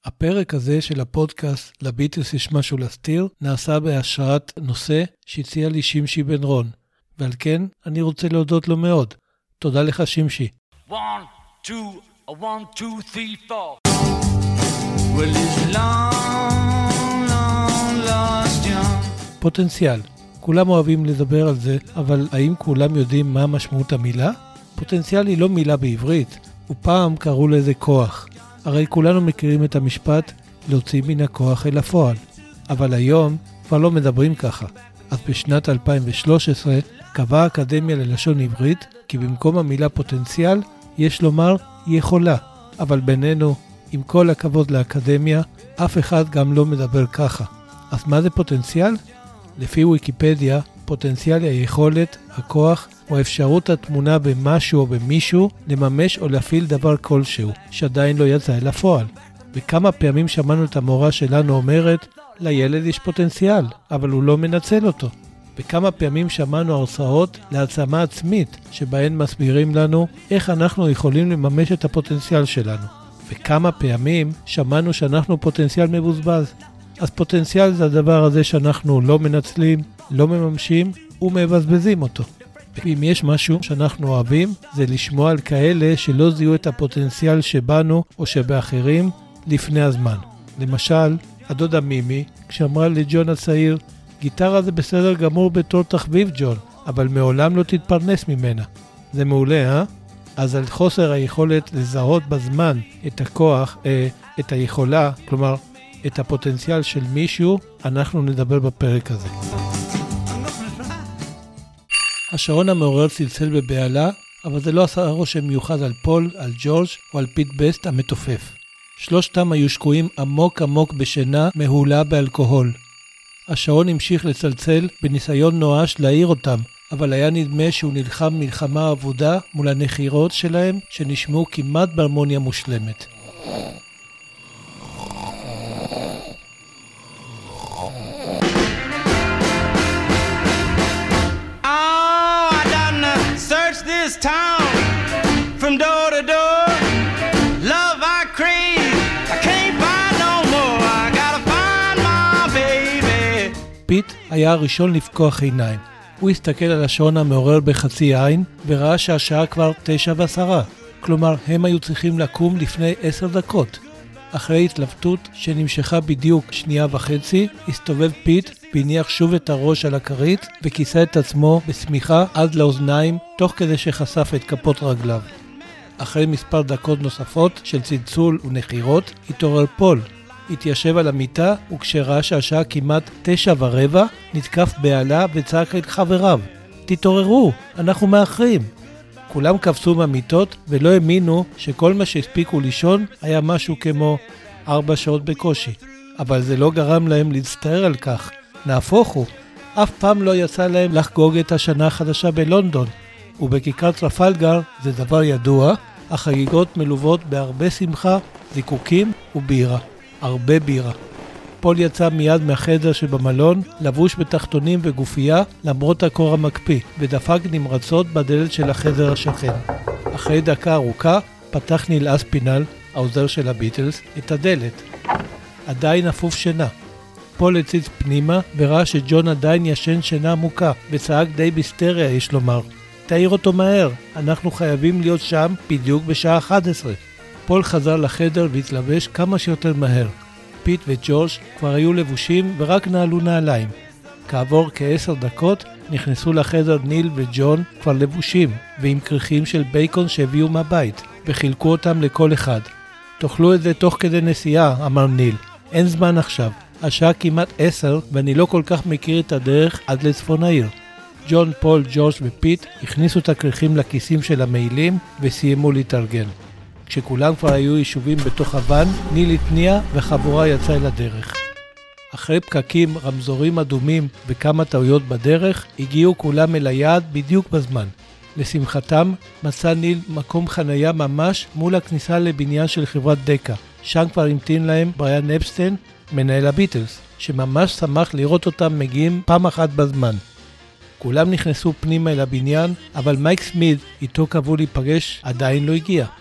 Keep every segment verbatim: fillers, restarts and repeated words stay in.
הפרק הזה של הפודקאסט לביטלס יש משהו להסתיר, נעשה בהשראת נושא שהציע לי שמשי בן רון, ועל כן אני רוצה להודות לו מאוד. תודה לך שמשי. One, two, a one, two, three, four. Well, it's long, long lost young. פוטנציאל. כולם אוהבים לדבר על זה, אבל האם כולם יודעים מה משמעות המילה? פוטנציאל היא לא מילה בעברית, ופעם קראו לזה כוח. הרי כולנו מכירים את המשפט להוציא מן הכוח אל הפועל. אבל היום כבר לא מדברים ככה. אז בשנת אלפיים ושלוש עשרה קבעה האקדמיה ללשון עברית כי במקום המילה פוטנציאל יש לומר יכולה. אבל בינינו, עם כל הכבוד לאקדמיה, אף אחד גם לא מדבר ככה. אז מה זה פוטנציאל? לפי ויקיפדיה, פוטנציאל היא היכולת, הכוח או האפשרות התמונה במשהו או במישהו לממש או להפעיל דבר כלשהו שעדיין לא יצא אל הפועל. וכמה פעמים שמענו את המורה שלנו אומרת, לילד יש פוטנציאל, אבל הוא לא מנצל אותו. וכמה פעמים שמענו הרצאות להעצמה עצמית שבהן מסבירים לנו איך אנחנו יכולים לממש את הפוטנציאל שלנו. וכמה פעמים שמענו שאנחנו פוטנציאל מבוזבז. אז פוטנציאל זה הדבר הזה שאנחנו לא מנצלים, לא מממשים ומבזבזים אותו. ואם יש משהו שאנחנו אוהבים, זה לשמוע על כאלה שלא זיהו את הפוטנציאל שבנו או שבאחרים לפני הזמן. למשל, הדודה מימי, כשאמרה לג'ון הצעיר, גיטרה זה בסדר גמור בתור תחביב ג'ון, אבל מעולם לא תתפרנס ממנה. זה מעולה, אה? אז על חוסר היכולת לזהות בזמן את הכוח, אה, את היכולה, כלומר, את הפוטנציאל של מישהו, אנחנו נדבר בפרק הזה. השעון המעורר צלצל בבעלה, אבל זה לא עשה רושם מיוחד על פול, על ג'ורג' או על פיט בסט המתופף. שלושתם היו שקועים עמוק עמוק בשינה מהולה באלכוהול. השעון המשיך לצלצל בניסיון נואש להעיר אותם, אבל היה נדמה שהוא נלחם מלחמה עבודה מול הנחירות שלהם שנשמעו כמעט בהרמוניה מושלמת. This town from door to door, love I crave, I can't find no more, I gotta find my baby. פיט היה הראשון לפקוח עיניים. הוא הסתכל על השעון המעורר בחצי עין וראה שהשעה כבר תשע ועשרה. כלומר, הם היו צריכים לקום לפני עשר דקות. אחרי התלבטות שנמשכה בדיוק שנייה וחצי, הסתובב פיט והניח שוב את הראש על הכרית וכיסה את עצמו בסמיכה עד לאוזניים תוך כדי שחשף את כפות רגליו. אחרי מספר דקות נוספות של צלצול ונחירות, התעורר פול. התיישב על המיטה וכשראה שהשעה כמעט תשע ורבע, נתקף בעלה וצעק את חבריו. תתעוררו, אנחנו מאחרים. כולם קפצו מהמיטות ולא האמינו שכל מה שהספיקו לישון היה משהו כמו ארבע שעות בקושי. אבל זה לא גרם להם להצטער על כך. נהפוך הוא, אף פעם לא יצא להם לחגוג את השנה החדשה בלונדון. ובכיכר טרפלגר זה דבר ידוע, החגיגות מלוות בהרבה שמחה, זיקוקים ובירה. הרבה בירה. פול יצא מיד מהחדר שבמלון, לבוש בתחתונים וגופייה, למרות הקור המקפיא, ודפק נמרצות בדלת של החדר השכן. אחרי דקה ארוכה, פתח ניל אספינל, העוזר של הביטלס, את הדלת. עדיין אפוף שינה. פול הציץ פנימה, וראה שג'ון עדיין ישן שינה עמוקה, וצעק די בסטריה, יש לומר. תעיר אותו מהר, אנחנו חייבים להיות שם בדיוק בשעה אחת עשרה. פול חזר לחדר והתלבש כמה שיותר מהר. פיט וג'ורג' כבר היו לבושים ורק נעלו נעליים. כעבור כעשר דקות נכנסו לחדר ניל וג'ון כבר לבושים ועם כריכים של בייקון שהביאו מהבית וחילקו אותם לכל אחד. תאכלו את זה תוך כדי נסיעה, אמר ניל. אין זמן עכשיו. השעה כמעט עשר ואני לא כל כך מכיר את הדרך עד לצפון העיר. ג'ון, פול, ג'ורג' ופיט הכניסו את הכריכים לכיסים של המעילים וסיימו להתארגן. כשכולם כבר היו יישובים בתוך הוואן, ניל התניע וחבורה יצאה אל הדרך. אחרי פקקים, רמזורים אדומים וכמה טעויות בדרך, הגיעו כולם אל היעד בדיוק בזמן. לשמחתם, מצא ניל מקום חנייה ממש מול הכניסה לבניין של חברת דקה. שם כבר המתין להם בריאן אפסטיין, מנהל הביטלס, שממש שמח לראות אותם מגיעים פעם אחת בזמן. כולם נכנסו פנימה אל הבניין, אבל מייק סמית, איתו קבעו להיפגש, עדיין לא הגיע.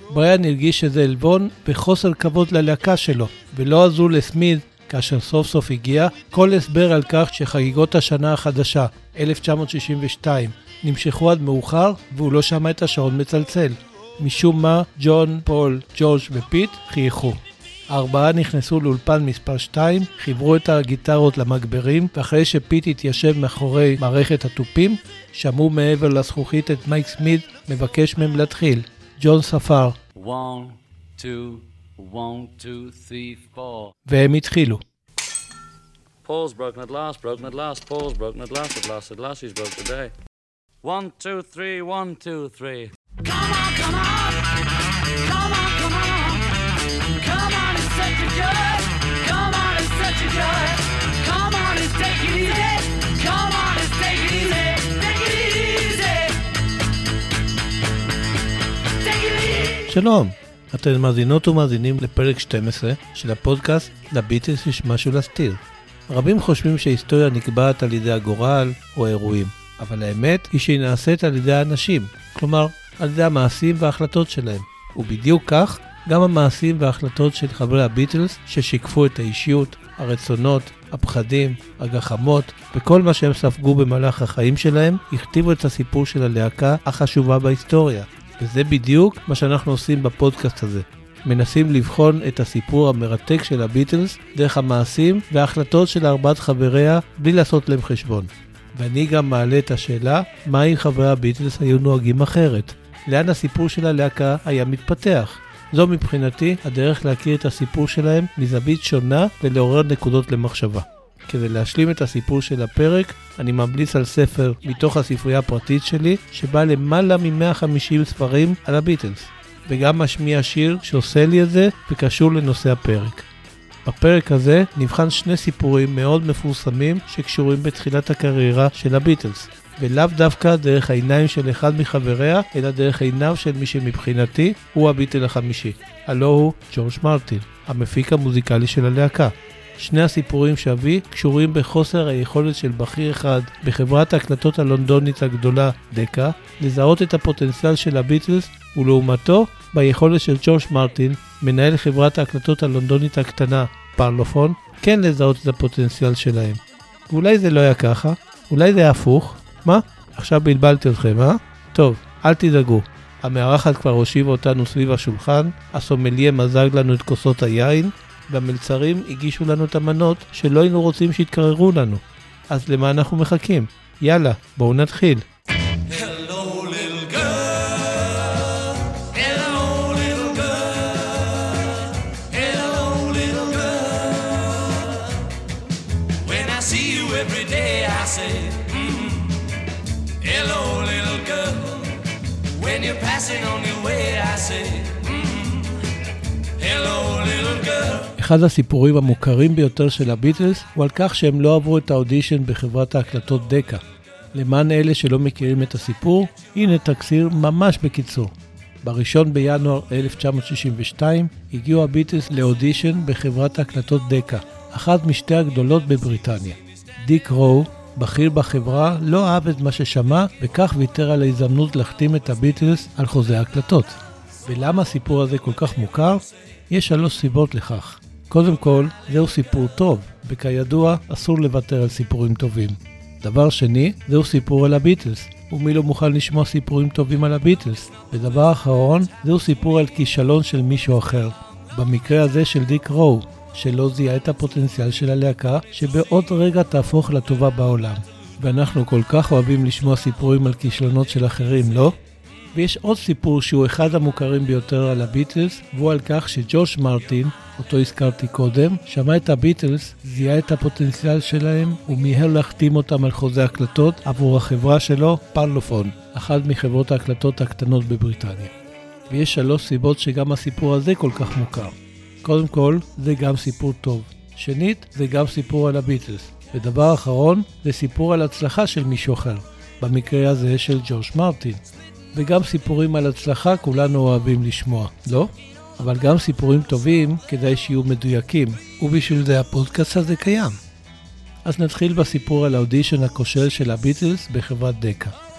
בריאן הרגיש שזה עלבון וחוסר כבוד ללהקה שלו, ולא עזרו לסמית כאשר סוף סוף הגיע כל הסבר על כך שחגיגות השנה החדשה, אלף תשע מאות שישים ושתיים, נמשכו עד מאוחר והוא לא שמע את השעון מצלצל. משום מה, ג'ון, פול, ג'ורג' ופיט חייכו. הארבעה נכנסו לאולפן מספר שתיים, חיברו את הגיטרות למגברים, ואחרי שפיט התיישב מאחורי מערכת התופים, שמעו מעבר לזכוכית את מייק סמית מבקש מהם להתחיל. ג'ון ספר. one, two, one, two, three, four. והם התחילו. Paul's broken at last, broken at last, Paul's broken at last, at last, at last he's broke today. One, two, three, one, two, three. Come on, come on, come on, come on, come on and set your joy, come on and set your joy, come on and take it easy, come on and take it easy, take it easy, take it easy. שלום, אתן מאזינות ומאזינים לפרק שתים עשרה של הפודקאסט לביטלס יש משהו להסתיר. רבים חושבים שההיסטוריה נקבעת על ידי הגורל או האירועים, אבל האמת היא שהיא נעשית על ידי האנשים, כלומר על ידי המעשים וההחלטות שלהם. ובדיוק כך, גם המעשים וההחלטות של חברי הביטלס ששיקפו את האישיות, הרצונות, הפחדים, הגחמות וכל מה שהם ספגו במהלך החיים שלהם, הכתיבו את הסיפור של הלהקה החשובה בהיסטוריה. וזה בדיוק מה שאנחנו עושים בפודקאסט הזה. מנסים לבחון את הסיפור המרתק של הביטלס דרך המעשים וההחלטות של ארבעת חבריה בלי לעשות להם חשבון. ואני גם מעלה את השאלה, מה אם חברי הביטלס היו נוהגים אחרת? לאן הסיפור של הלהקה היה מתפתח? זו מבחינתי הדרך להכיר את הסיפור שלהם מזווית שונה ולעורר נקודות למחשבה. כדי להשלים את הסיפור של הפרק, אני ממליץ על ספר מתוך הספרייה הפרטית שלי, שבה למעלה מ-מאה וחמישים ספרים על הביטלס. וגם משמיע שיר שעושה לי את זה וקשור לנושא הפרק. בפרק הזה נבחן שני סיפורים מאוד מפורסמים שקשורים בתחילת הקריירה של הביטלס, ולאו דווקא דרך העיניים של אחד מחבריה, אלא דרך עיניו של מי שמבחינתי הוא הביטל החמישי. הלא הוא ג'ורג' מרטין, המפיק המוזיקלי של הלהקה. שני הסיפורים שאביא קשורים בחוסר היכולת של בכיר אחד בחברת ההקלטות הלונדונית הגדולה דקה לזהות את הפוטנציאל של הביטלס, ולעומתו ביכולת של ג'ורג' מרטין, מנהל חברת ההקלטות הלונדונית הקטנה פרלופון, כן לזהות את הפוטנציאל שלהם. ואולי זה לא היה ככה, אולי זה היה הפוך. מה? עכשיו בלבלתי אתכם, אה? טוב, אל תדאגו. המארחת כבר הושיבה אותנו סביב השולחן, הסומליה מזג לנו את כוסות היין, והמלצרים הגישו לנו את המנות שלא היינו רוצים שיתקררו לנו. אז למה אנחנו מחכים? יאללה, בואו נתחיל. Hello little girl, hello little girl, hello little girl. When I see you every day I say, mm, hello little girl. When you're passing on your way I say, mm, hello little girl. אחד הסיפורים המוכרים ביותר של הביטלס הוא על כך שהם לא עברו את האודישן בחברת ההקלטות דקה. למען אלה שלא מכירים את הסיפור, הנה תקציר ממש בקיצור. בראשון בינואר אלף תשע מאות שישים ושתיים הגיעו הביטלס לאודישן בחברת ההקלטות דקה, אחת משתי הגדולות בבריטניה. דיק רו, בכיר בחברה, לא אהב את מה ששמע וכך ויתר על ההזדמנות להחתים את הביטלס על חוזה ההקלטות. ולמה הסיפור הזה כל כך מוכר? יש שלוש סיבות לכך. קודם כל, זהו סיפור טוב, וכידוע אסור לוותר על סיפורים טובים. דבר שני, זהו סיפור על הביטלס, ומי לא מוכן לשמוע סיפורים טובים על הביטלס. ודבר אחרון, זהו סיפור על כישלון של מישהו אחר. במקרה הזה של דיק רו, שלא זיהה את הפוטנציאל של הלהקה, שבעוד רגע תהפוך לטובה בעולם. ואנחנו כל כך אוהבים לשמוע סיפורים על כישלונות של אחרים, לא? ויש עוד סיפור שהוא אחד המוכרים ביותר על הביטלס, והוא על כך שג'ורג' מרטין, אותו הזכרתי קודם, שמע את הביטלס, זיהה את הפוטנציאל שלהם ומיהר להחתים אותם על חוזה הקלטות עבור החברה שלו, פרלופון, אחת מחברות ההקלטות הקטנות בבריטניה. ויש שלוש סיבות שגם הסיפור הזה כל כך מוכר. קודם כל, זה גם סיפור טוב. שנית, זה גם סיפור על הביטלס. ודבר אחרון, זה סיפור על הצלחה של מישהו אחר, במקרה הזה של ג'ורג' מרטין. וגם סיפורים על הצלחה כולנו אוהבים לשמוע, לא? אבל גם סיפורים טובים כדאי שיהיו מדויקים, ובשביל זה הפודקאסט הזה קיים. אז נתחיל בסיפור על האודישן הכושל של הביטלס בחברת דקה.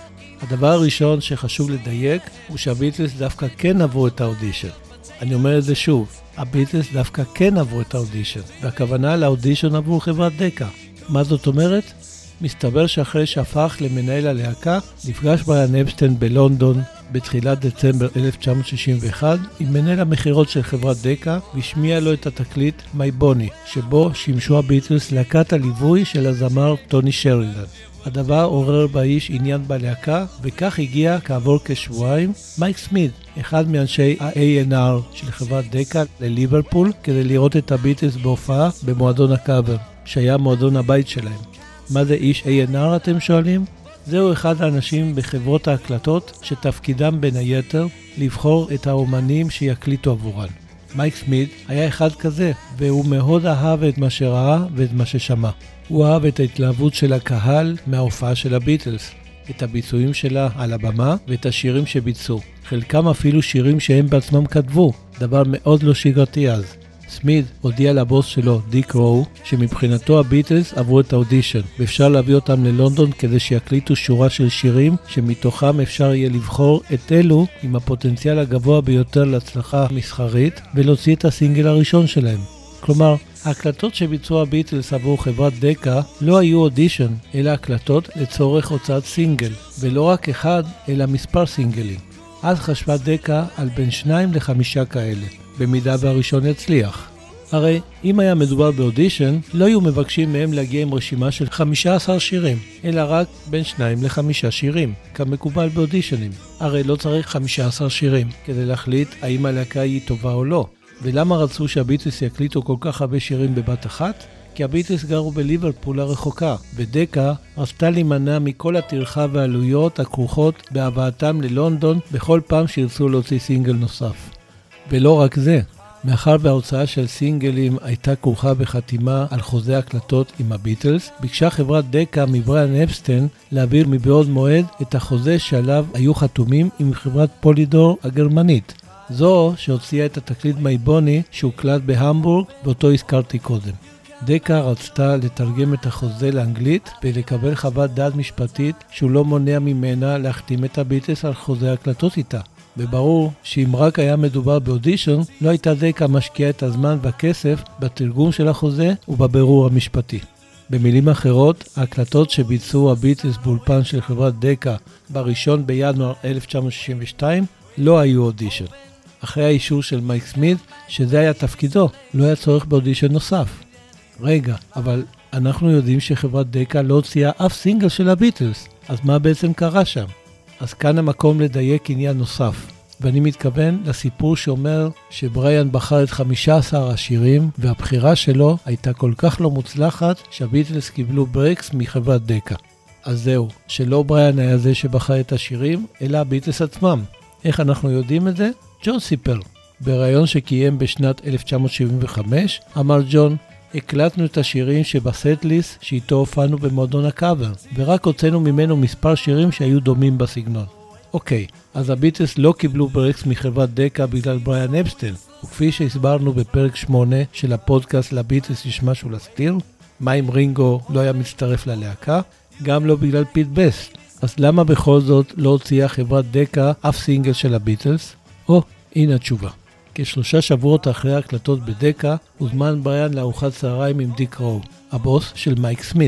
הדבר הראשון שחשוב לדייק הוא שהביטלס דווקא כן עברו את האודישן. אני אומר את זה שוב, הביטלס דווקא כן עברו את האודישן, והכוונה לאודישן עבור חברת דקה. מה זאת אומרת? מסתבר שאחרי שהפך למנהל הלהקה, נפגש בריאן אפשטיין בלונדון בתחילת דצמבר אלף תשע מאות שישים ואחת עם מנהל המחירות של חברת דקה, והשמיע לו את התקליט מי בוני, שבו שימשו הביטלס להקת הליווי של הזמר טוני שרידן. הדבר עורר באיש עניין בלהקה, וכך הגיע כעבור כשבועיים מייק סמית, אחד מאנשי ה-איי אנד אר של חברת דקה, לליברפול, כדי לראות את הביטלס בהופעה במועדון הקאבר, שהיה מועדון הבית שלהם. מה זה איש איי אנד אר אתם שואלים? זהו אחד האנשים בחברות ההקלטות שתפקידם בין היתר לבחור את האומנים שיקליטו עבורן. מייק סמית היה אחד כזה, והוא מאוד אהב את מה שראה ואת מה ששמע. הוא אהב את ההתלהבות של הקהל מההופעה של הביטלס, את הביצועים שלה על הבמה ואת השירים שביצעו. חלקם אפילו שירים שהם בעצמם כתבו, דבר מאוד לא שגרתי אז. סמית הודיע לבוס שלו, דיק רו, שמבחינתו הביטלס עברו את האודישן, ואפשר להביא אותם ללונדון כדי שיקליטו שורה של שירים שמתוכם אפשר יהיה לבחור את אלו עם הפוטנציאל הגבוה ביותר להצלחה מסחרית, ולהוציא את הסינגל הראשון שלהם. כלומר, ההקלטות שביצעו הביטלס עבור חברת דקה לא היו אודישן, אלא הקלטות לצורך הוצאת סינגל, ולא רק אחד, אלא מספר סינגלים. אז חשבה דקה על בין שניים לחמישה כאלה, במידה והראשון יצליח. הרי אם היה מדובר באודישן, לא היו מבקשים מהם להגיע עם רשימה של חמישה עשר שירים, אלא רק בין שניים לחמישה שירים, כמקובל באודישנים. הרי לא צריך חמישה עשר שירים, כדי להחליט האם הלהקה היא טובה או לא. ולמה רצו שהביטלס יקליטו כל כך הרבה שירים בבת אחת? כי הביטלס גרו בליברפול הרחוקה, ודקה רצתה להימנע מכל הטרחה והעלויות הכרוכות בהבאתם ללונדון בכל פעם שירצו להוציא סינגל נוסף. ולא רק זה, מאחר וההוצאה של סינגלים הייתה כרוכה בחתימה על חוזה הקלטות עם הביטלס, ביקשה חברת דקה מבריאן אפשטיין להעביר מבעוד מועד את החוזה שעליו היו חתומים עם חברת פולידור הגרמנית, זו שהוציאה את התקליט מי בוני שהוקלט בהמבורג ואותו הזכרתי קודם. דקה רצתה לתרגם את החוזה לאנגלית ולקבל חוות דעת משפטית שהוא לא מונע ממנה להחתים את הביטלס על חוזה הקלטות איתה. וברור שאם רק היה מדובר באודישן, לא הייתה דקה משקיעה את הזמן והכסף בתרגום של החוזה ובבירור המשפטי. במילים אחרות, ההקלטות שביצעו הביטלס באולפן של חברת דקה בראשון בינואר אלף תשע מאות שישים ושתיים לא היו אודישן. אחרי האישור של מייק סמית, שזה היה תפקידו, לא היה צורך באודישן נוסף. רגע, אבל אנחנו יודעים שחברת דקה לא הוציאה אף סינגל של הביטלס, אז מה בעצם קרה שם? אז כאן המקום לדייק עניין נוסף, ואני מתכוון לסיפור שאומר שבריאן בחר את חמישה עשר השירים, והבחירה שלו הייתה כל כך לא מוצלחת שהביטלס קיבלו ברקס מחברת דקה. אז זהו, שלא בריאן היה זה שבחר את השירים, אלא הביטלס עצמם. איך אנחנו יודעים את זה? ג'ון סיפר. בראיון שקיים בשנת אלף תשע מאות שבעים וחמש, אמר ג'ון, הקלטנו את השירים שבסט-ליסט שאיתו הופענו במועדון הקאבר, ורק הוצאנו ממנו מספר שירים שהיו דומים בסגנון. אוקיי, אז הביטלס לא קיבלו ברקס מחברת דקה בגלל בריאן אפשטיין, וכפי שהסברנו בפרק שמונה של הפודקאסט לביטלס יש משהו להסתיר, מה אם רינגו לא היה מצטרף ללהקה? גם לא בגלל פיט בסט. אז למה בכל זאת לא הוציאה חברת דקה אף סינגל של הביטלס? או, הנה התשובה. כשלושה שבועות אחרי ההקלטות בדקה, הוזמן בריאן לארוחת צהריים עם דיק רו, הבוס של מייק סמית.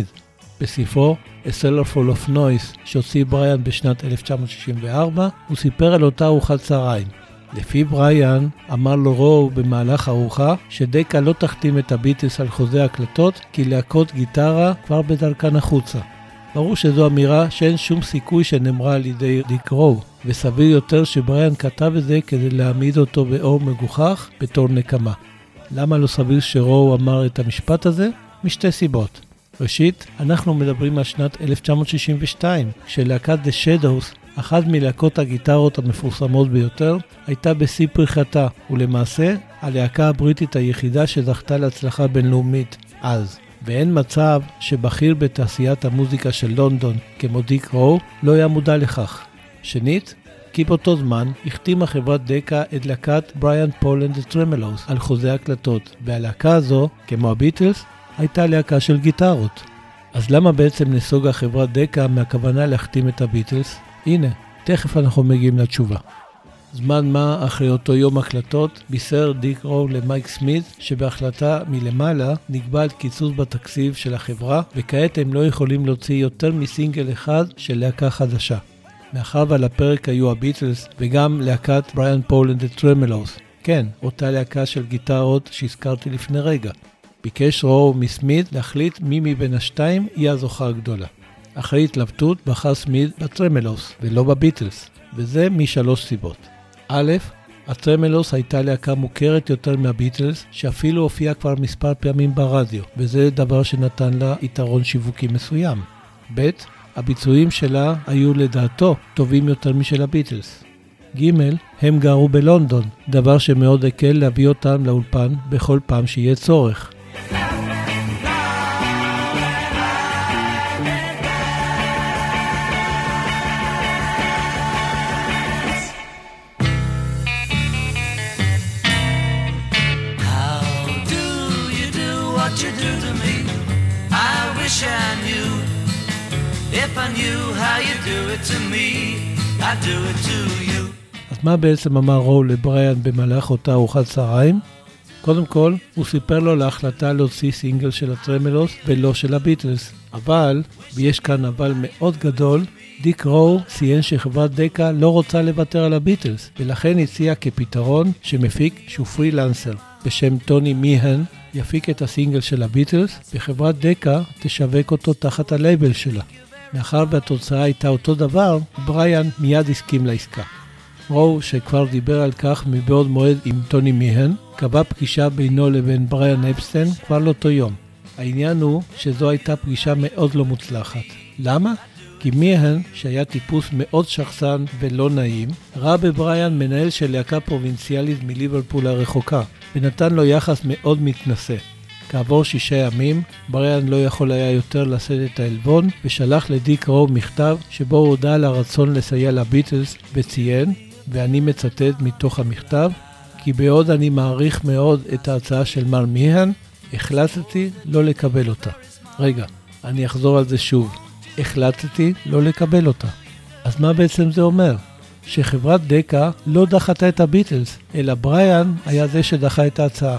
בספרו A Cellar Full of Noise שהוציא בריאן בשנת אלף תשע מאות שישים וארבע, הוא סיפר על אותה ארוחת צהריים. לפי בריאן, אמר לו רו במהלך הארוחה שדקה לא תחתים את הביטלס על חוזה הקלטות, כי להקות גיטרה כבר בדרכן החוצה. ברור שזו אמירה שאין שום סיכוי שנאמרה על ידי דיק רו, וסביר יותר שבריאן כתב את זה כדי להעמיד אותו באור מגוחך בתור נקמה. למה לא סביר שרו אמר את המשפט הזה? משתי סיבות. ראשית, אנחנו מדברים על שנת אלף תשע מאות שישים ושתיים, כשלהקת The Shadows, אחת מלהקות הגיטרות המפורסמות ביותר, הייתה בשיא פריחתה, ולמעשה הלהקה הבריטית היחידה שזכתה להצלחה בינלאומית אז. ואין מצב שבכיר בתעשיית המוזיקה של לונדון, כמו דיק רו, לא היה מודע לכך. שנית, כי באותו זמן החתימה חברת דקה את להקת בריאן פול אנד דה טרמלוס על חוזה הקלטות, והלהקה הזו, כמו הביטלס, הייתה להקה של גיטרות. אז למה בעצם נסוגה חברת דקה מהכוונה להחתים את הביטלס? הנה, תכף אנחנו מגיעים לתשובה. זמן מה אחרי אותו יום הקלטות בישר דיק רו למייק סמית שבהחלטה מלמעלה נקבע קיצוץ בתקציב של החברה וכעת הם לא יכולים להוציא יותר מסינגל אחד של להקה חדשה. מאחר ועל הפרק היו הביטלס וגם להקת בריאן פול and the Tremeloes. כן, אותה להקה של גיטרות שהזכרתי לפני רגע. ביקש רו מסמית להחליט מי מבין השתיים היא הזוכה הגדולה. אחרי התלבטות בחר סמית בטרמלוס ולא בביטלס, וזה משלוש סיבות. א', הטרמלוס הייתה להקה מוכרת יותר מהביטלס, שאפילו הופיעה כבר מספר פעמים ברדיו, וזה דבר שנתן לה יתרון שיווקי מסוים. ב', הביצועים שלה היו לדעתו טובים יותר משל הביטלס. ג', הם גרו בלונדון, דבר שמאוד הקל להביא אותם לאולפן בכל פעם שיהיה צורך. You do to me, I wish I knew. If I knew how you do it to me, I'd do it to you. אז מה בעצם אמר רו לבריאן במהלך אותה ארוחת צהריים? קודם כל, הוא סיפר לו להחלטה להוציא סינגל של הטרמלוס ולא של הביטלס. אבל, ויש כאן אבל מאוד גדול, דיק רו ציין שחברת דקה לא רוצה לוותר על הביטלס, ולכן הציע כפתרון שמפיק שהוא פרילנסר בשם טוני מיהן, יפיק את הסינגל של הביטלס, וחברת דקה תשווק אותו תחת הלייבל שלה. מאחר והתוצאה הייתה אותו דבר, בריאן מיד הסכים לעסקה. רו, שכבר דיבר על כך מבעוד מועד עם טוני מיהן, קבע פגישה בינו לבין בריאן אפסטיין כבר לאותו יום. העניין הוא שזו הייתה פגישה מאוד לא מוצלחת. למה? כי מיהן, שהיה טיפוס מאוד שחצן ולא נעים, ראה בבריאן מנהל של להקה פרובינציאלית מליברפול הרחוקה, ונתן לו יחס מאוד מתנשא. כעבור שישה ימים, בריאן לא יכול היה יותר לשאת את העלבון, ושלח לדיק רו מכתב שבו הוא הודע על הרצון לסייע לביטלס וציין, ואני מצטט מתוך המכתב, כי בעוד אני מעריך מאוד את ההצעה של מר מיהן, החלטתי לא לקבל אותה. רגע, אני אחזור על זה שוב. החלטתי לא לקבל אותה. אז מה בעצם זה אומר? שחברת דקה לא דחתה את הביטלס, אלא בריאן היה זה שדחה את ההצעה.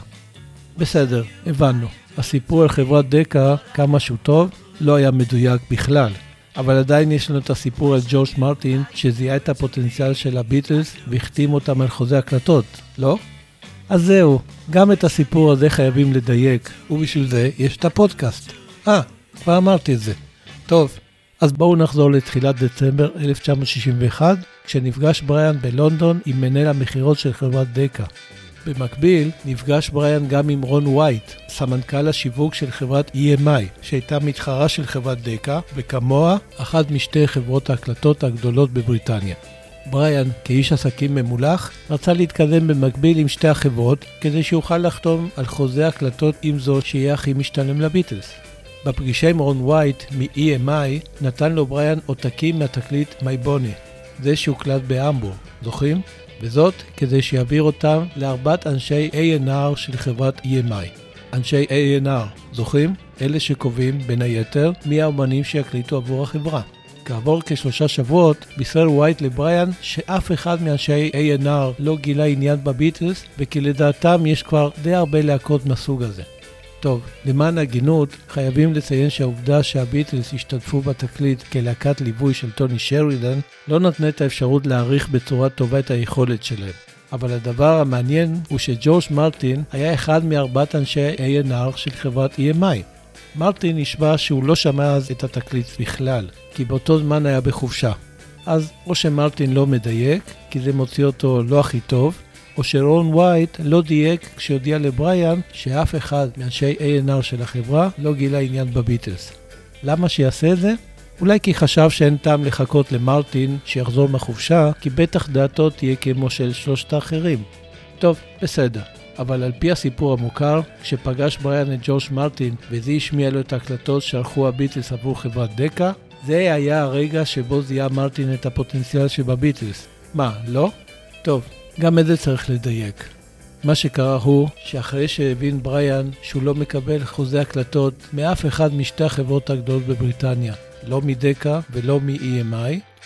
בסדר, הבנו. הסיפור על חברת דקה, כמה שהוא טוב, לא היה מדויק בכלל. אבל עדיין יש לנו את הסיפור על ג'ורג' מרטין, שזיהה את הפוטנציאל של הביטלס והחתים אותם על חוזה הקלטות, לא? אז זהו, גם את הסיפור הזה חייבים לדייק, ובשביל זה יש את הפודקאסט. אה, כבר אמרתי את זה. טוב, אז בואו נחזור לתחילת דצמבר אלף תשע מאות שישים ואחת, כשנפגש בריאן בלונדון עם מנהל המחירות של חברת דקה. במקביל, נפגש בריאן גם עם רון ווייט, סמנכ"ל השיווק של חברת אי אם איי, שהייתה מתחרה של חברת דקה, וכמוה, אחת משתי חברות ההקלטות הגדולות בבריטניה. בריאן, כאיש עסקים ממולח, רצה להתקדם במקביל עם שתי החברות, כדי שיוכל לחתום על חוזה הקלטות עם זו שיהיה הכי משתלם לביטלס. בפגישה עם רון ווייט מ-אי אם איי נתן לו בריאן עותקים מהתקליט מי בוני, זה שהוקלט בהמבורג, זוכרים? וזאת כדי שיעביר אותם לארבעת אנשי איי אנד אר של חברת אי אם איי. אנשי איי אנד אר, זוכרים? אלה שקובעים בין היתר מי האומנים שיקליטו עבור החברה. כעבור כשלושה שבועות בישר ווייט לבריאן שאף אחד מאנשי איי אנד אר לא גילה עניין בביטלס וכי לדעתם יש כבר די הרבה להקות מהסוג הזה. טוב, למען הגינות, חייבים לציין שהעובדה שהביטלס השתתפו בתקליט כלהקת ליווי של טוני שרידן לא נתנה את האפשרות להעריך בצורה טובה את היכולת שלהם. אבל הדבר המעניין הוא שג'ורג' מרטין היה אחד מארבעת אנשי איי אנד אר של חברת אי אם איי. מרטין נשבע שהוא לא שמע אז את התקליט בכלל, כי באותו זמן היה בחופשה. אז או שמרטין לא מדייק, כי זה מוציא אותו לא הכי טוב, או שרון ווייט לא דייק כשהודיע לבריאן שאף אחד מאנשי איי אנד אר של החברה לא גילה עניין בביטלס. למה שיעשה את זה? אולי כי חשב שאין טעם לחכות למרטין שיחזור מהחופשה, כי בטח דעתו תהיה כמו של שלושת האחרים. טוב, בסדר. אבל על פי הסיפור המוכר, כשפגש בריאן את ג'ורג' מרטין וזה השמיע לו את ההקלטות שערכו הביטלס עבור חברת דקה, זה היה הרגע שבו זיהה מרטין את הפוטנציאל שבביטלס. מה, לא? טוב. גם את זה צריך לדייק. מה שקרה הוא שאחרי שהבין בריאן שהוא לא מקבל חוזה הקלטות מאף אחד משתי החברות הגדולות בבריטניה, לא מדקה ולא מ-אי אם איי,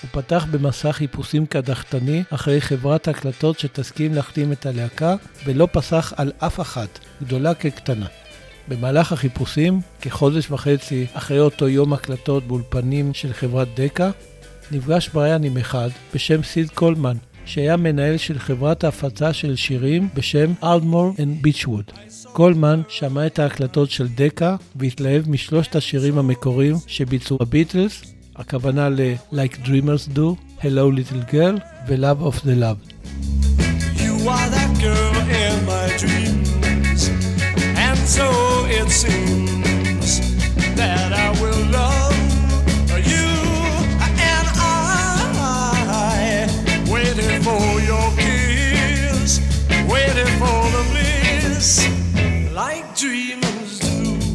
הוא פתח במסע חיפושים קדחתני אחרי חברת הקלטות שתסכים להחתים את הלהקה, ולא פסח על אף אחת, גדולה כקטנה. במהלך החיפושים, כחודש וחצי אחרי אותו יום הקלטות באולפנים של חברת דקה, נפגש בריאן עם אחד בשם סיד קולמן, שהיה מנהל של חברת ההפצה של שירים בשם ארדמור אנד ביצ'ווד. קולמן שמע את ההקלטות של דקה והתלהב משלושת השירים המקוריים שביצעו הביטלס, הכוונה ל-Like Dreamers Do, Hello Little Girl ו-Love of the Love. You are that girl in my dreams, and so it seems that I will love you, and I waiting for your kiss, waiting for the bliss, like dreamers do.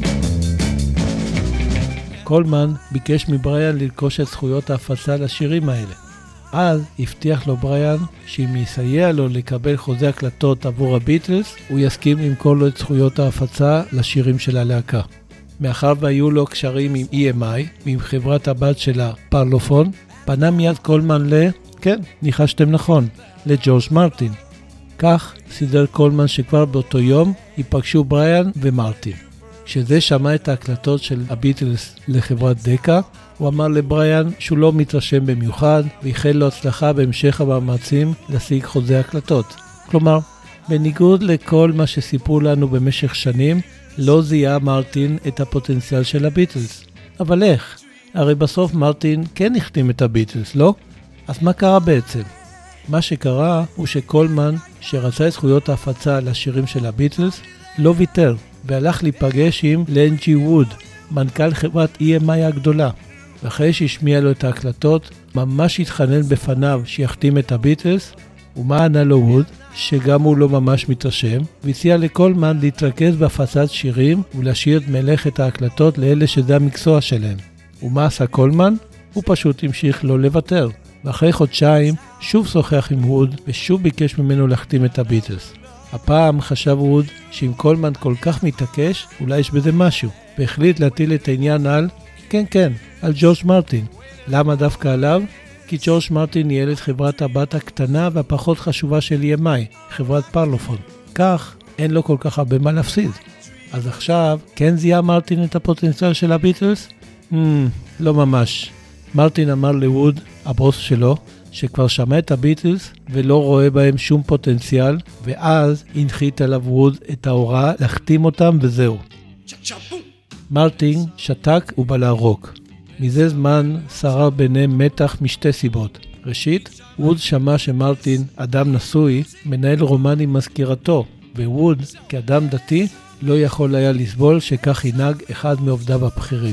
קולמן ביקש מבריאן לרכוש את זכויות ההפצה לשירים האלה. אז הבטיח לו בריאן שאם יסייע לו לקבל חוזה הקלטות עבור הביטלס, הוא יסכים למכור לו את זכויות ההפצה לשירים של הלהקה. מאחר והיו לו קשרים עם אי אם איי ועם חברת הבת שלה פרלופון, פנה מיד קולמן ל... כן, ניחשתם נכון, לג'ורג' מרטין. כך סידר קולמן שכבר באותו יום ייפגשו בריאן ומרטין. כשזה שמע את ההקלטות של הביטלס לחברת דקה, הוא אמר לבריאן שהוא לא מתרשם במיוחד, ואיחל לו הצלחה בהמשך המאמצים להשיג חוזה הקלטות. כלומר, בניגוד לכל מה שסיפרו לנו במשך שנים, לא זיהה מרטין את הפוטנציאל של הביטלס. אבל איך? הרי בסוף מרטין כן החתים את הביטלס, לא? אז מה קרה בעצם? מה שקרה הוא שקולמן, שרצה את זכויות ההפצה לשירים של הביטלס, לא ויתר, והלך להיפגש עם לן ג'י ווד, מנכ"ל חברת אי אם איי הגדולה. ואחרי שהשמיע לו את ההקלטות, ממש התחנן בפניו שיחתים את הביטלס, ומה ענה לו ווד? שגם הוא לא ממש מתרשם, והציע לקולמן להתרכז בהפצת שירים ולהשאיר את מלאכת ההקלטות לאלה שזה המקצוע שלהם. ומה עשה קולמן? הוא פשוט המשיך לא לוותר. ואחרי חודשיים שוב שוחח עם ווד ושוב ביקש ממנו להחתים את הביטלס. הפעם חשב ווד שאם קולמן כל כך מתעקש, אולי יש בזה משהו, והחליט להטיל את העניין על, כן כן, על ג'ורג' מרטין. למה דווקא עליו? כי ג'ורג' מרטין ניהל את חברת הבת הקטנה והפחות חשובה של אי אם איי, חברת פרלופון. כך אין לו כל כך הרבה מה להפסיד. אז עכשיו, כן זיהה מרטין את הפוטנציאל של הביטלס? Hmm, לא ממש. מרטין אמר לווד, הבוס שלו, שכבר שמע את הביטלס ולא רואה בהם שום פוטנציאל, ואז הנחית עליו ווד את ההוראה להחתים אותם וזהו. מרטין שתק ובא להרוק. מזה זמן שרר ביניהם מתח משתי סיבות. ראשית, ווד שמע שמרטין, אדם נשוי, מנהל רומן עם מזכירתו, וווד, כאדם דתי, לא יכול היה לסבול שכך ינהג אחד מעובדיו הבכירים.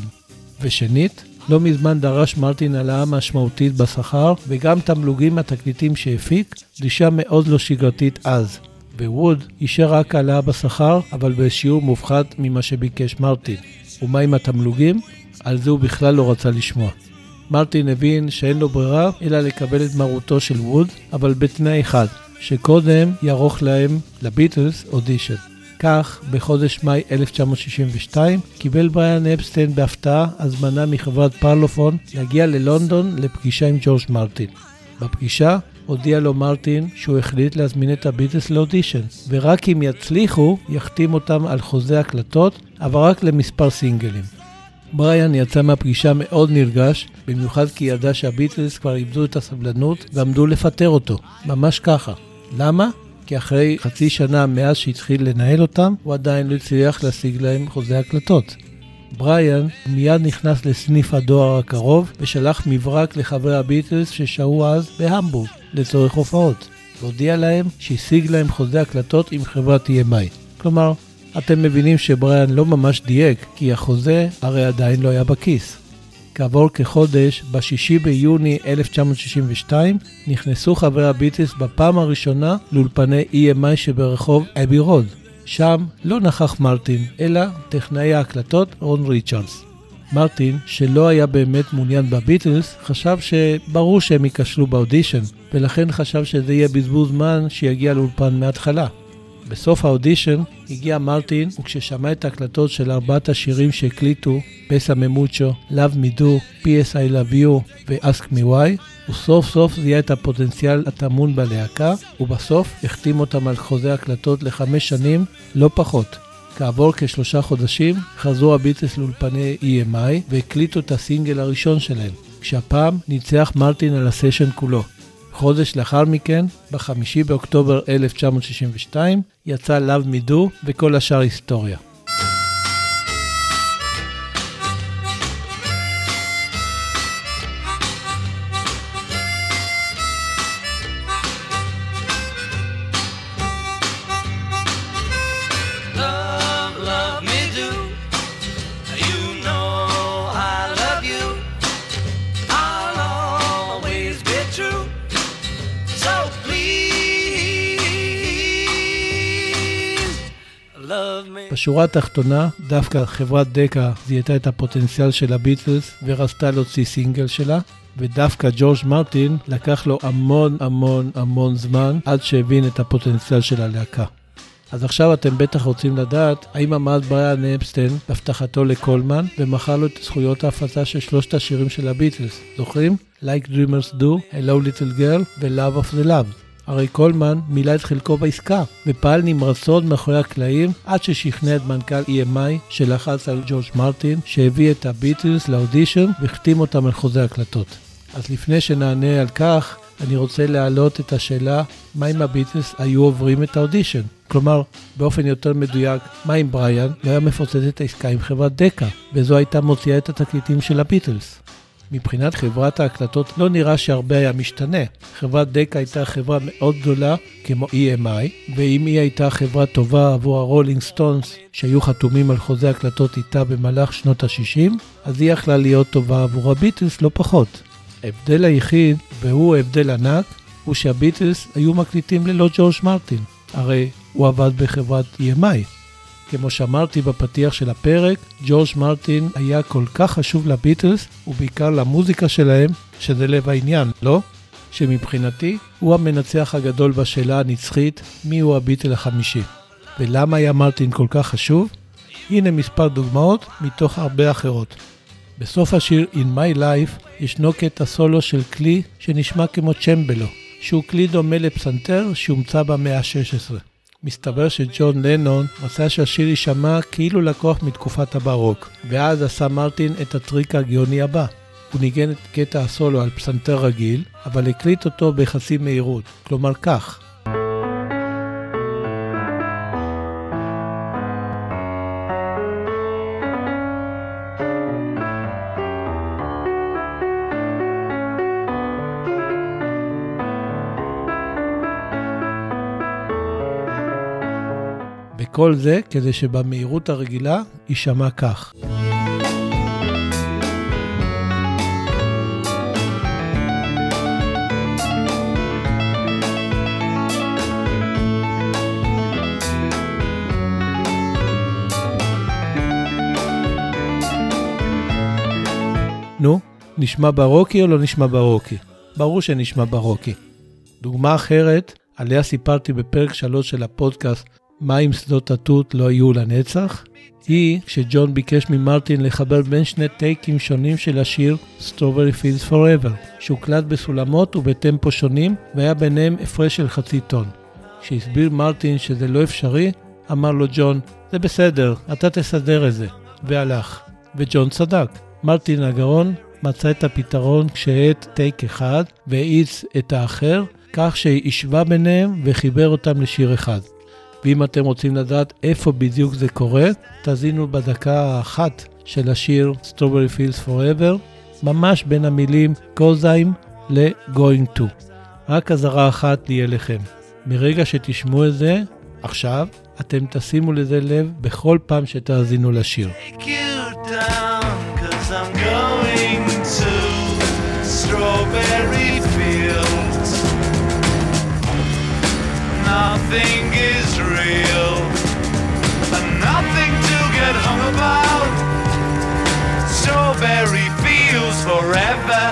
ושנית, לא מזמן דרש מרטין העלאה משמעותית בשכר, וגם תמלוגים התקליטים שהפיק, דרישה מאוד לא שגרתית אז. וווד אישר רק העלאה בשכר, אבל בשיעור מופחת ממה שביקש מרטין. ומה עם התמלוגים? על זה הוא בכלל לא רצה לשמוע. מרטין הבין שאין לו ברירה אלא לקבל את מרותו של ווד, אבל בתנאי אחד, שקודם יערוך להם, לביטלס, אודישן. כך, בחודש מאי אלף תשע מאות שישים ושתיים, קיבל בריאן אפסטיין בהפתעה הזמנה מחברת פרלופון להגיע ללונדון לפגישה עם ג'ורג' מרטין. בפגישה הודיע לו מרטין שהוא החליט להזמין את הביטלס לאודישן, ורק אם יצליחו, יחתים אותם על חוזה הקלטות, אבל רק למספר סינגלים. בריאן יצא מהפגישה מאוד נרגש, במיוחד כי ידע שהביטלס כבר איבדו את הסבלנות ועמדו לפטר אותו, ממש ככה. למה? כי אחרי חצי שנה מאז שהתחיל לנהל אותם, הוא עדיין לא הצליח להשיג להם חוזה הקלטות. בריאן מיד נכנס לסניף הדואר הקרוב ושלח מברק לחברי הביטלס ששהו אז בהמבורג לצורך הופעות, והודיע להם שהשיג להם חוזה הקלטות עם חברת אי אם איי. כלומר, אתם מבינים שבריאן לא ממש דייק, כי החוזה הרי עדיין לא היה בכיס. כעבור כחודש, בשישי ביוני אלף תשע מאות שישים ושתיים, נכנסו חברי הביטלס בפעם הראשונה לאולפני אי אם איי שברחוב אבי רוד. שם לא נכח מרטין, אלא טכנאי ההקלטות רון ריצ'רדס. מרטין, שלא היה באמת מעוניין בביטלס, חשב שברור שהם ייכשלו באודישן, ולכן חשב שזה יהיה בזבוז זמן שיגיע לאולפן מההתחלה. בסוף האודישן הגיע מרטין, וכששמע את ההקלטות של ארבעת השירים שהקליטו, פסה ממוצ'ו, Love Me Do, פי אס I Love You ו-Ask Me Why, הוא סוף סוף זיהה את הפוטנציאל הטמון בלהקה, ובסוף החתים אותם על חוזה הקלטות לחמש שנים, לא פחות. כעבור כשלושה חודשים חזרו הביטלס לאולפני אי אם איי והקליטו את הסינגל הראשון שלהם, כשהפעם ניצח מרטין על הסשן כולו. חודש לאחר מכן, בחמישי באוקטובר אלף תשע מאות שישים ושתיים, יצא Love Me Do וכל השאר היסטוריה. בשורה התחתונה, דווקא חברת דקה זיהתה את הפוטנציאל של הביטלס ורצתה להוציא סינגל שלה, ודווקא ג'ורג' מרטין לקח לו המון המון המון זמן עד שהבין את הפוטנציאל של הלהקה. אז עכשיו אתם בטח רוצים לדעת האם עמד בריאן אפסטיין בהבטחתו לקולמן ומכר לו את זכויות ההפצה של שלושת השירים של הביטלס. זוכרים? Like Dreamers Do, Hello Little Girl ו-Love of the Love. הרי קולמן מילא את חלקו בעסקה ופעל נמרצות מאחורי הקלעים עד ששכנע את מנכ"ל אי אם איי שלחץ על ג'ורג' מרטין שהביא את הביטלס לאודישן והחתים אותם על חוזה הקלטות. אז לפני שנענה על כך, אני רוצה להעלות את השאלה מה אם הביטלס היו עוברים את האודישן. כלומר, באופן יותר מדויק, מה אם בריאן לא היה מפוצץ את העסקה עם חברת דקה, וזו הייתה מוציאה את התקליטים של הביטלס. מבחינת חברת ההקלטות לא נראה שהרבה היה משתנה. חברת דקה הייתה חברה מאוד גדולה כמו אי אם איי, ואם היא הייתה חברה טובה עבור הרולינג סטונס שהיו חתומים על חוזה הקלטות איתה במהלך שנות ה-שישים, אז היא יכלה להיות טובה עבור הביטלס לא פחות. ההבדל היחיד, והוא ההבדל ענק, הוא שהביטלס היו מקליטים ללא ג'ורג' מרטין. הרי הוא עבד בחברת אי אם איי. כמו שאמרתי בפתיח של הפרק, ג'ורג' מרטין היה כל כך חשוב לביטלס, ובעיקר למוזיקה שלהם, שזה לב העניין, לא? שמבחינתי הוא המנצח הגדול בשאלה הנצחית, מי הוא הביטל החמישי. ולמה היה מרטין כל כך חשוב? הנה מספר דוגמאות מתוך הרבה אחרות. בסוף השיר In My Life ישנו קטע סולו של כלי שנשמע כמו צ'מבלו, שהוא כלי דומה לפסנתר שהומצא במאה ה-שש עשרה. מסתבר שג'ון לנון רצה שהשיר יישמע כאילו לקוח מתקופת הברוק, ואז עשה מרטין את הטריק הגאוני הבא. הוא ניגן את קטע הסולו על פסנתר רגיל, אבל הקליט אותו בחצי מהירות, כלומר כך. כל זה כדי שבמהירות הרגילה יישמע כך. נו, נשמע ברוקי או לא נשמע ברוקי? ברור שנשמע ברוקי. דוגמה אחרת, עליה סיפרתי בפרק שלוש של הפודקאסט, מה אם שדות התות לא יהיו לנצח? היא כשג'ון ביקש ממרטין לחבר בין שני טייקים שונים של השיר Strawberry Fields Forever, שהוקלט בסולמות ובטמפו שונים, והיה ביניהם הפרש של חצי טון. כשהסביר מרטין שזה לא אפשרי, אמר לו ג'ון, זה בסדר, אתה תסדר את זה, והלך. וג'ון צדק. מרטין הגרון מצא את הפתרון כשהעת טייק אחד והאיץ את האחר, כך שהשווה ביניהם וחיבר אותם לשיר אחד. ואם אתם רוצים לדעת איפה בדיוק זה קורה, תזינו בדקה האחת של השיר Strawberry Fields Forever, ממש בין המילים Cause I'm ל-Going to. רק הזרה אחת תהיה לכם. מרגע שתשמעו את זה, עכשיו, אתם תשימו לזה לב בכל פעם שתאזינו לשיר. Take you down, 'cause I'm going to Strawberry Fields. Nothing is real, and nothing to get hung about. Strawberry Fields forever.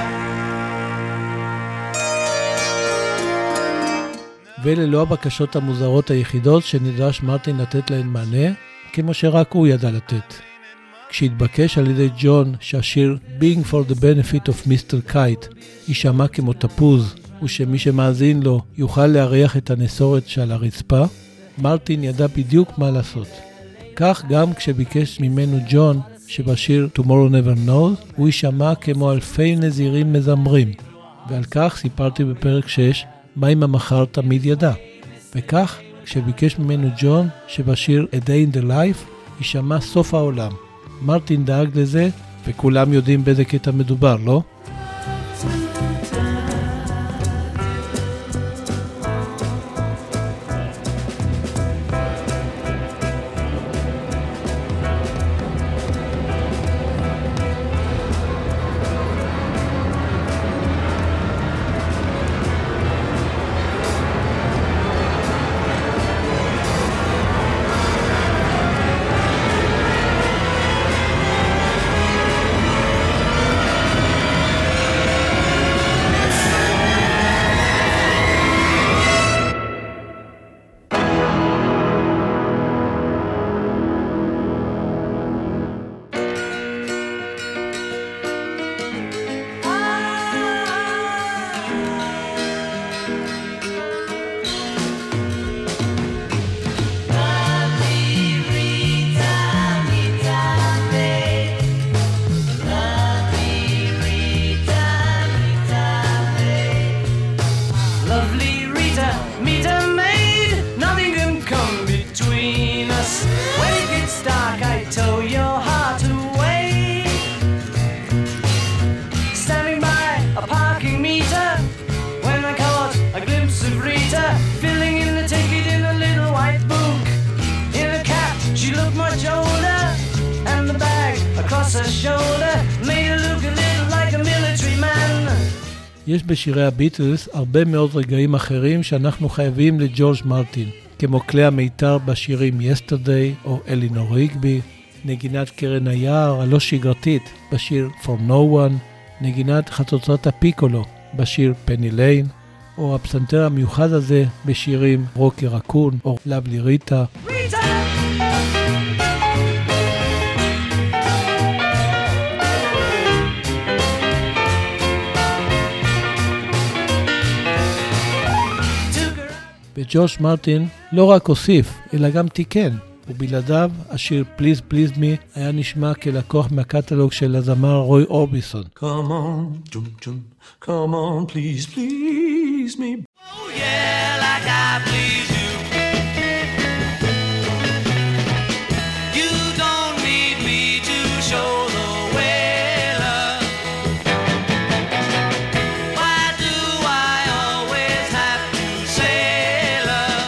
וללא הבקשות המוזרות היחידות שנדרש מרטין לתת להן מענה, כמו שרק הוא ידע לתת. כשהתבקש על ידי ג'ון שהשיר Being for the Benefit of מיסטר Kite יישמע כמו תפוז, ושמי שמאזין לו יוכל להריח את הנסורת שעל הרצפה, מרטין ידע בדיוק מה לעשות. כך גם כשביקש ממנו ג'ון שבשיר Tomorrow Never Knows הוא יישמע כמו אלפי נזירים מזמרים, ועל כך סיפרתי בפרק שש מה אם המחר תמיד ידע. וכך כשביקש ממנו ג'ון שבשיר A Day in the Life יישמע סוף העולם. מרטין דאג לזה, וכולם יודעים באיזה קטע מדובר, לא? יש בשירי הביטלס הרבה מאוד רגעים אחרים שאנחנו חייבים לג'ורג' מרטין, כמו כלי המיתר בשירים Yesterday או אלינור ריגבי, נגינת קרן היער הלא שגרתית בשיר For No One, נגינת חצוצרת הפיקולו בשיר פני ליין, או הפסנתר המיוחד הזה בשירים רוקי רקון או לבלי ריטה. וג'ורג' מרטין לא רק הוסיף, אלא גם תיקן, ובלעדיו השיר Please Please Me היה נשמע כלקוח מהקטלוג של הזמר רוי אורביסון. Come on, jum jum, come on, please please me. Oh yeah, like I please you. You don't need me to show the way, love. Why do I always have to say love?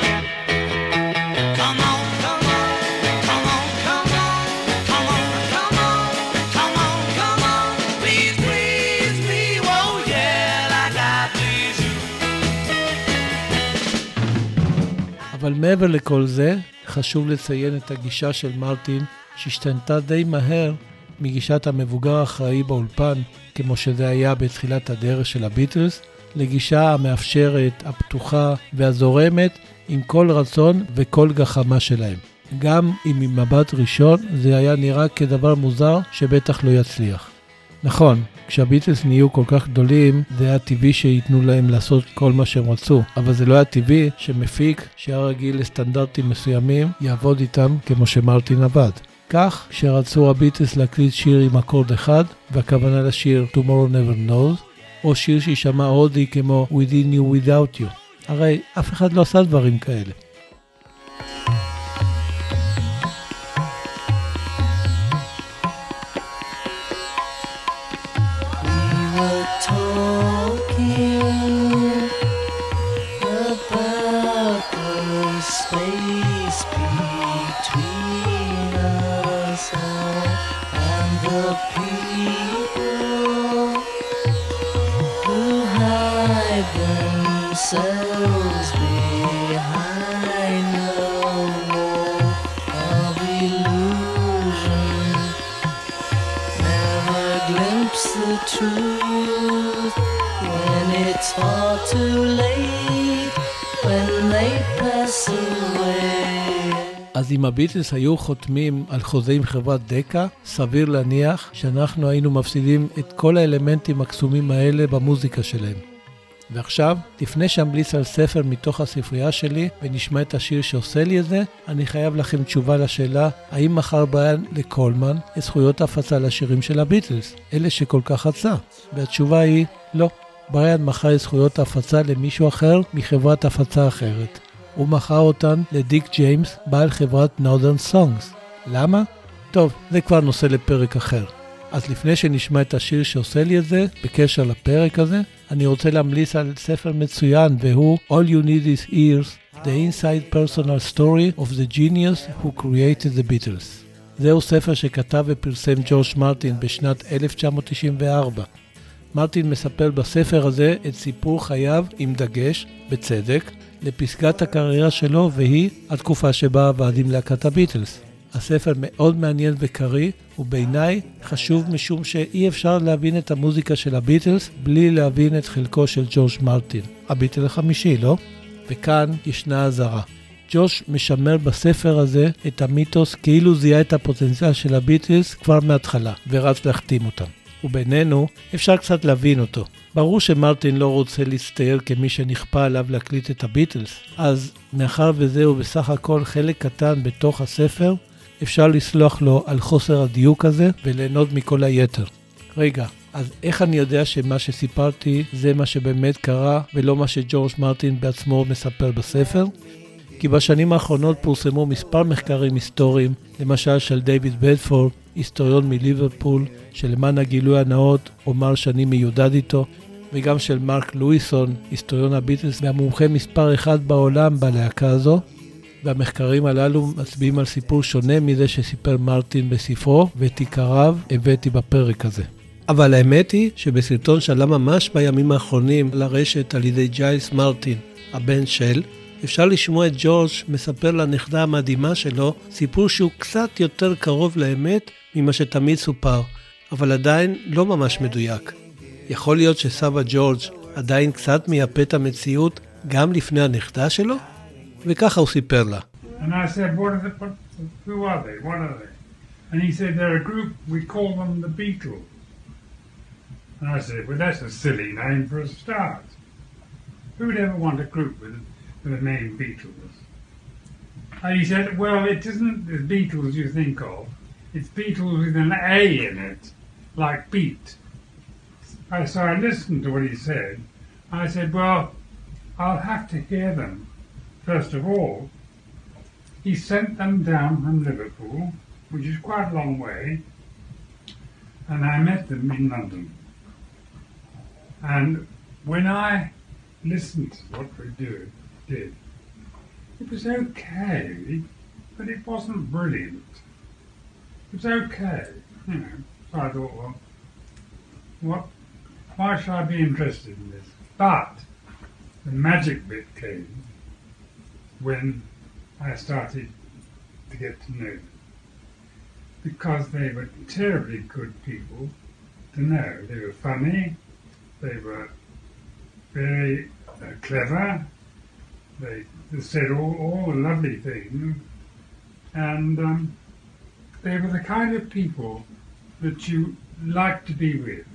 Come on, come on, come on, come on, come on, come on, come on, come on. Please, please me, oh yeah, like I please you. אבל מעבר לכל זה, חשוב לציין את הגישה של מרטין, שהשתנתה די מהר מגישת המבוגר האחראי באולפן, כמו שזה היה בתחילת הדרך של הביטלס, לגישה המאפשרת, הפתוחה והזורמת, עם כל רצון וכל גחמה שלהם. גם אם ממבט ראשון זה היה נראה כדבר מוזר שבטח לא יצליח. נכון, כשהביטלס נהיו כל כך גדולים, זה היה טבעי שיתנו להם לעשות כל מה שהם רצו, אבל זה לא היה טבעי שמפיק שהיה רגיל לסטנדרטים מסוימים יעבוד איתם כמו שמרטין עבד. כך שרצו הביטלס להקליט שיר עם אקורד אחד, והכוונה לשיר Tomorrow Never Knows, או שיר שישמע הודי כמו Within You Without You. הרי אף אחד לא עשה דברים כאלה. Themselves behind the wall of illusion, never glimpse the truth when it's far too late, when they pass away. אז אם הביטלס היו חותמים על חוזה עם חברת דקה, סביר להניח שאנחנו היינו מפסידים את כל האלמנטים הקסומים האלה במוזיקה שלהם. ועכשיו, לפני שאמליץ על ספר מתוך הספרייה שלי ונשמע את השיר שעושה לי את זה, אני חייב לכם תשובה לשאלה, האם מכר בריאן לקולמן את זכויות ההפצה לשירים של הביטלס, אלה שכל כך רצה? והתשובה היא, לא. בריאן מכר את זכויות ההפצה למישהו אחר מחברת הפצה אחרת. הוא מכר אותן לדיק ג'יימס, בעל חברת Northern Songs. למה? טוב, זה כבר נושא לפרק אחר. אז לפני שנשמע את השיר שעושה לי את זה, בקשר לפרק הזה, אני רוצה להמליץ על ספר מצוין, והוא All You Need Is Ears, The Inside Personal Story of the Genius Who Created the Beatles. זהו ספר שכתב ופרסם ג'ורג' מרטין בשנת אלף תשע מאות תשעים וארבע. מרטין מספר בספר הזה את סיפור חייו עם דגש, בצדק, לפסגת הקריירה שלו, והיא התקופה שבה עבד עם להקת הביטלס. הספר מאוד מעניין וקריא, ובעיניי חשוב משום שאי אפשר להבין את המוזיקה של הביטלס בלי להבין את חלקו של ג'ורג' מרטין, הביטל החמישי, לא? וכאן ישנה הזרה. ג'ורג' משמר בספר הזה את המיתוס כאילו זיהה את הפוטנציאל של הביטלס כבר מההתחלה, ורץ להחתים אותם. ובינינו אפשר קצת להבין אותו. ברור שמרטין לא רוצה להצטייר כמי שנכפה עליו להקליט את הביטלס, אז מאחר וזהו בסך הכל חלק קטן בתוך הספר, אפשר לסלוח לו על חוסר הדיוק הזה וליהנות מכל היתר. רגע, אז איך אני יודע שמה שסיפרתי זה מה שבאמת קרה ולא מה שג'ורג' מרטין בעצמו מספר בספר? כי בשנים האחרונות פורסמו מספר מחקרים היסטוריים, למשל של דיוויד בדפורד, היסטוריון מליברפול, שלמען הגילוי הנאות אומר שאני מיודד איתו, וגם של מרק לואיסון, היסטוריון הביטלס והמומחה מספר אחד בעולם בלהקה הזו, והמחקרים הללו מצביעים על סיפור שונה מזה שסיפר מרטין בספרו, ואת עיקריו הבאתי בפרק הזה. אבל האמת היא שבסרטון שעלה ממש בימים האחרונים לרשת על ידי ג'יילס מרטין, הבן של, אפשר לשמוע את ג'ורג' מספר לנכדה המדהימה שלו סיפור שהוא קצת יותר קרוב לאמת ממה שתמיד סופר, אבל עדיין לא ממש מדויק. יכול להיות שסבא ג'ורג' עדיין קצת מייפה את המציאות גם לפני הנכדה שלו? וככה הוא סיפר לה. And I said, what are the, what, who are they? What are they? And he said, they're a group, we call them the Beatles. And I said, well, that's a silly name for a start. Who would ever want a group with, with the name Beatles? And he said, well, it isn't the Beatles you think of. It's Beatles with an A in it, like beat. I, so I listened to what he said. I said, well, I'll have to hear them. First of all, he sent them down from Liverpool, which is quite a long way, and I met them in London. And when I listened to what they did, did, it was okay, but it wasn't brilliant. It was okay, you know. So I thought, well, what? Why should I be interested in this? But the magic bit came when I started to get to know them. Because they were terribly good people to know. They were funny, they were very uh, clever, they, they said all, all the lovely things, and um, they were the kind of people that you like to be with.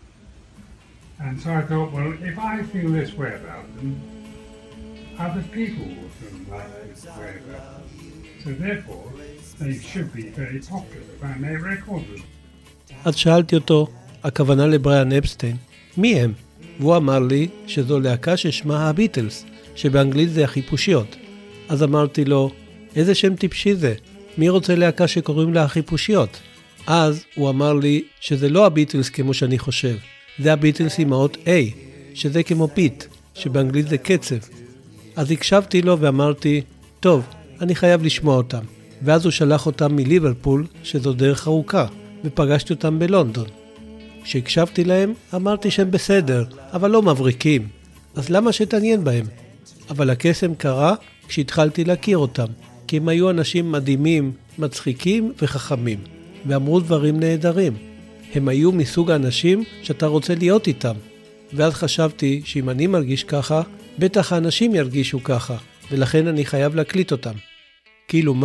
And so I thought, well, if I feel this way about them, other people will feel like this way about them. So therefore, they should be very popular if I make records with them. אז שאלתי אותו, הכוונה לבריאן אפסטיין, מי הם? והוא אמר לי שזו להקה ששמה הביטלס, שבאנגלית זה החיפושיות. אז אמרתי לו, איזה שם טיפשי זה? מי רוצה להקה שקוראים לה החיפושיות? אז הוא אמר לי שזה לא הביטלס כמו שאני חושב, זה הביטלס עם האות A, שזה כמו ביט, שבאנגלית זה קצב. אז הקשבתי לו ואמרתי, טוב, אני חייב לשמוע אותם. ואז הוא שלח אותם מליברפול, שזו דרך ארוכה, ופגשתי אותם בלונדון. כשהקשבתי להם, אמרתי שהם בסדר, אבל לא מבריקים. אז למה שתעניין בהם? אבל הקסם קרה כשהתחלתי להכיר אותם, כי הם היו אנשים מדהימים, מצחיקים וחכמים, ואמרו דברים נהדרים. הם היו מסוג האנשים שאתה רוצה להיות איתם. ואז חשבתי שאם אני מרגיש ככה, בטח האנשים ירגישו ככה, ולכן אני חייב להקליט אותם. כאילו מה?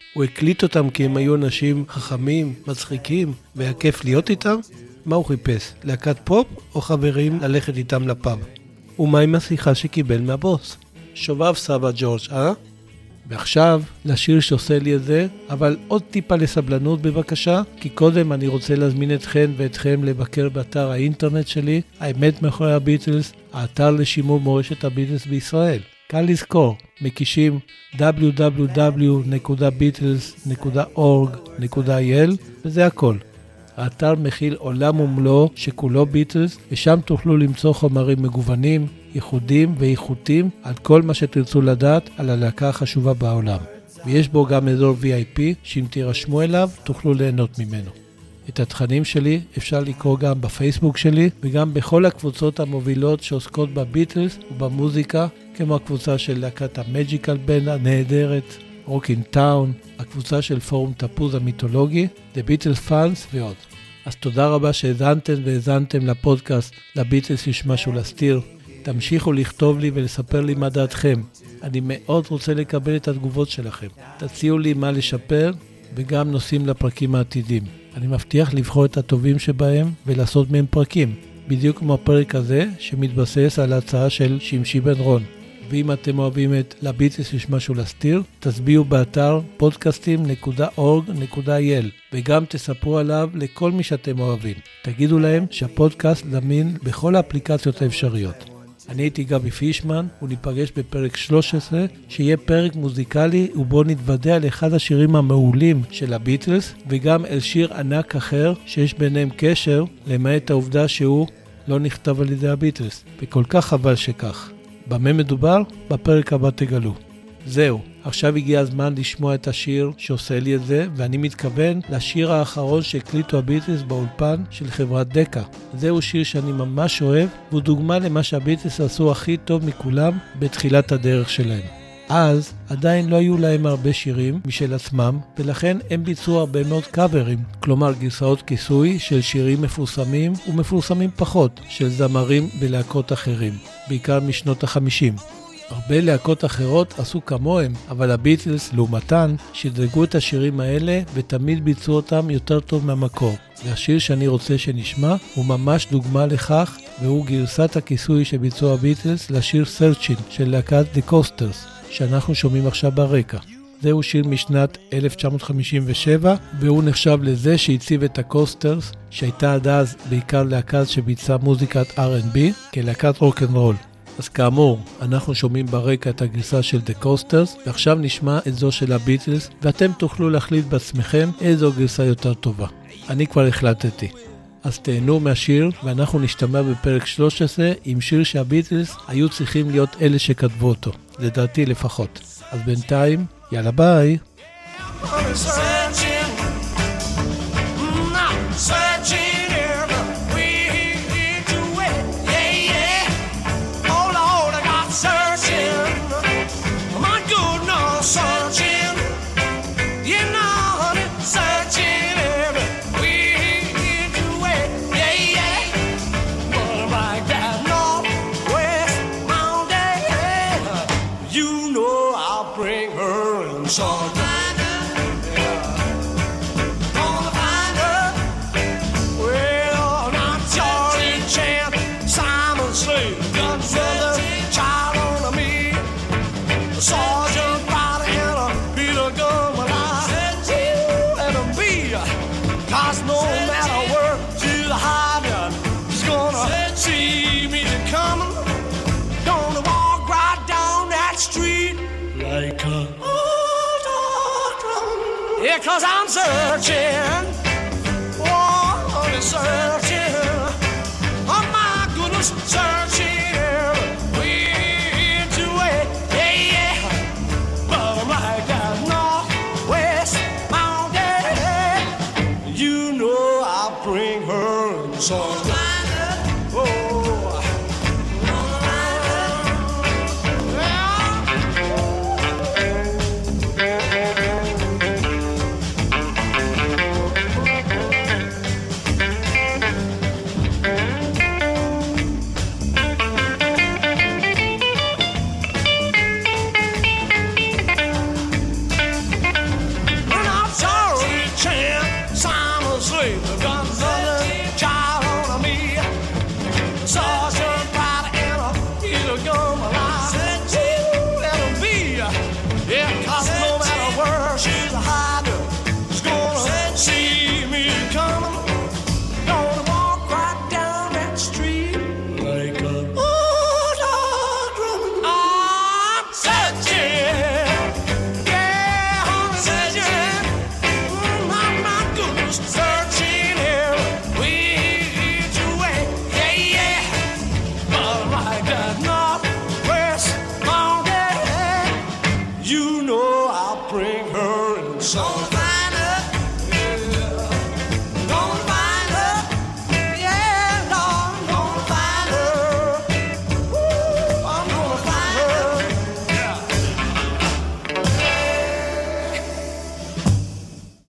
הוא הקליט אותם כי הם היו אנשים חכמים, מצחיקים, והיה כיף להיות איתם? מה הוא חיפש? להקת פופ או חברים ללכת איתם לפאב? ומה עם השיחה שקיבל מהבוס? שובב סבא ג'ורג', אה? ועכשיו, לשיר שעושה לי את זה, אבל עוד טיפה לסבלנות בבקשה, כי קודם אני רוצה להזמין אתכם ואתכם לבקר באתר האינטרנט שלי, האמת מאחורי הביטלס, האתר לשימור מורשת הביטלס בישראל. קל לזכור, מקישים דאבליו דאבליו דאבליו נקודה ביטלס נקודה אורג נקודה איי אל וזה הכל. האתר מכיל עולם ומלואו שכולו ביטלס, ושם תוכלו למצוא חומרים מגוונים, ייחודים ואיכותיים על כל מה שתרצו לדעת על הלהקה החשובה בעולם. ויש בו גם אזור וי איי פי שאם תירשמו אליו תוכלו ליהנות ממנו. את התכנים שלי אפשר לקרוא גם בפייסבוק שלי וגם בכל הקבוצות המובילות שעוסקות בביטלס ובמוזיקה, כמו הקבוצה של להקת המג'יקל בנד הנהדרת, רוקין טאון, הקבוצה של פורום תפוז המיתולוגי, The Beatles Fans ועוד. אז תודה רבה שהזנתם והזנתם לפודקאסט לביטלס יש משהו להסתיר. תמשיכו לכתוב לי ולספר לי מה דעתכם. אני מאוד רוצה לקבל את התגובות שלכם. תציעו לי מה לשפר וגם נושאים לפרקים העתידים. אני מבטיח לבחור את הטובים שבהם ולעשות מהם פרקים, בדיוק כמו הפרק הזה שמתבסס על ההצעה של שמשי בן רון. ואם אתם אוהבים את לביטלס יש משהו להסתיר, תצביעו באתר פודקאסטים נקודה אורג נקודה איי אל וגם תספרו עליו לכל מי שאתם אוהבים. תגידו להם שהפודקאסט זמין בכל האפליקציות האפשריות. אני הייתי גבי פישמן וניפגש בפרק שלוש עשרה שיהיה פרק מוזיקלי ובו נתוודע על אחד השירים המעולים של הביטלס וגם אל שיר ענק אחר שיש ביניהם קשר למעט העובדה שהוא לא נכתב על ידי הביטלס וכל כך חבל שכך. במה מדובר? בפרק הבא תגלו. זהו, עכשיו הגיע הזמן לשמוע את השיר שעושה לי את זה, ואני מתכוון לשיר האחרון שהקליטו הביטלס באולפן של חברת דקה. זהו שיר שאני ממש אוהב, והוא דוגמה למה שהביטלס עשו הכי טוב מכולם בתחילת הדרך שלהם. אז עדיין לא היו להם הרבה שירים משל עצמם, ולכן הם ביצעו הרבה מאוד קאברים, כלומר גרסאות כיסוי של שירים מפורסמים ומפורסמים פחות של זמרים בלהקות אחרים, בעיקר משנות החמישים. הרבה להקות אחרות עשו כמוהם, אבל הביטלס לעומתן שדרגו את השירים האלה ותמיד ביצעו אותם יותר טוב מהמקור. והשיר שאני רוצה שנשמע הוא ממש דוגמה לכך, והוא גרסת הכיסוי שביצעו הביטלס לשיר Searching של להקת The Coasters, שאנחנו שומעים עכשיו ברקע. זהו שיר משנת אלף תשע מאות חמישים ושבע, והוא נחשב לזה שהציב את הקוסטרס, שהייתה עד אז בעיקר להקת שביצעה מוזיקת אר אנד בי, כלהקת רוק'נ'רול. אז כאמור, אנחנו שומעים ברקע את הגרסה של The Coasters, ועכשיו נשמע את זו של הביטלס, ואתם תוכלו להחליט בעצמכם איזו גרסה יותר טובה. אני כבר החלטתי. אז תהנו מהשיר, ואנחנו נשתמע בפרק שלוש עשרה עם שיר שהביטלס היו צריכים להיות אלה שכתבו אותו, לדעתי לפחות. אז בינתיים, יאללה ביי. Cause I'm searching, oh, searching, oh my goodness, searching, way to way, yeah, yeah, but I'm like that northwest mountain, you know I'll bring her in song. got no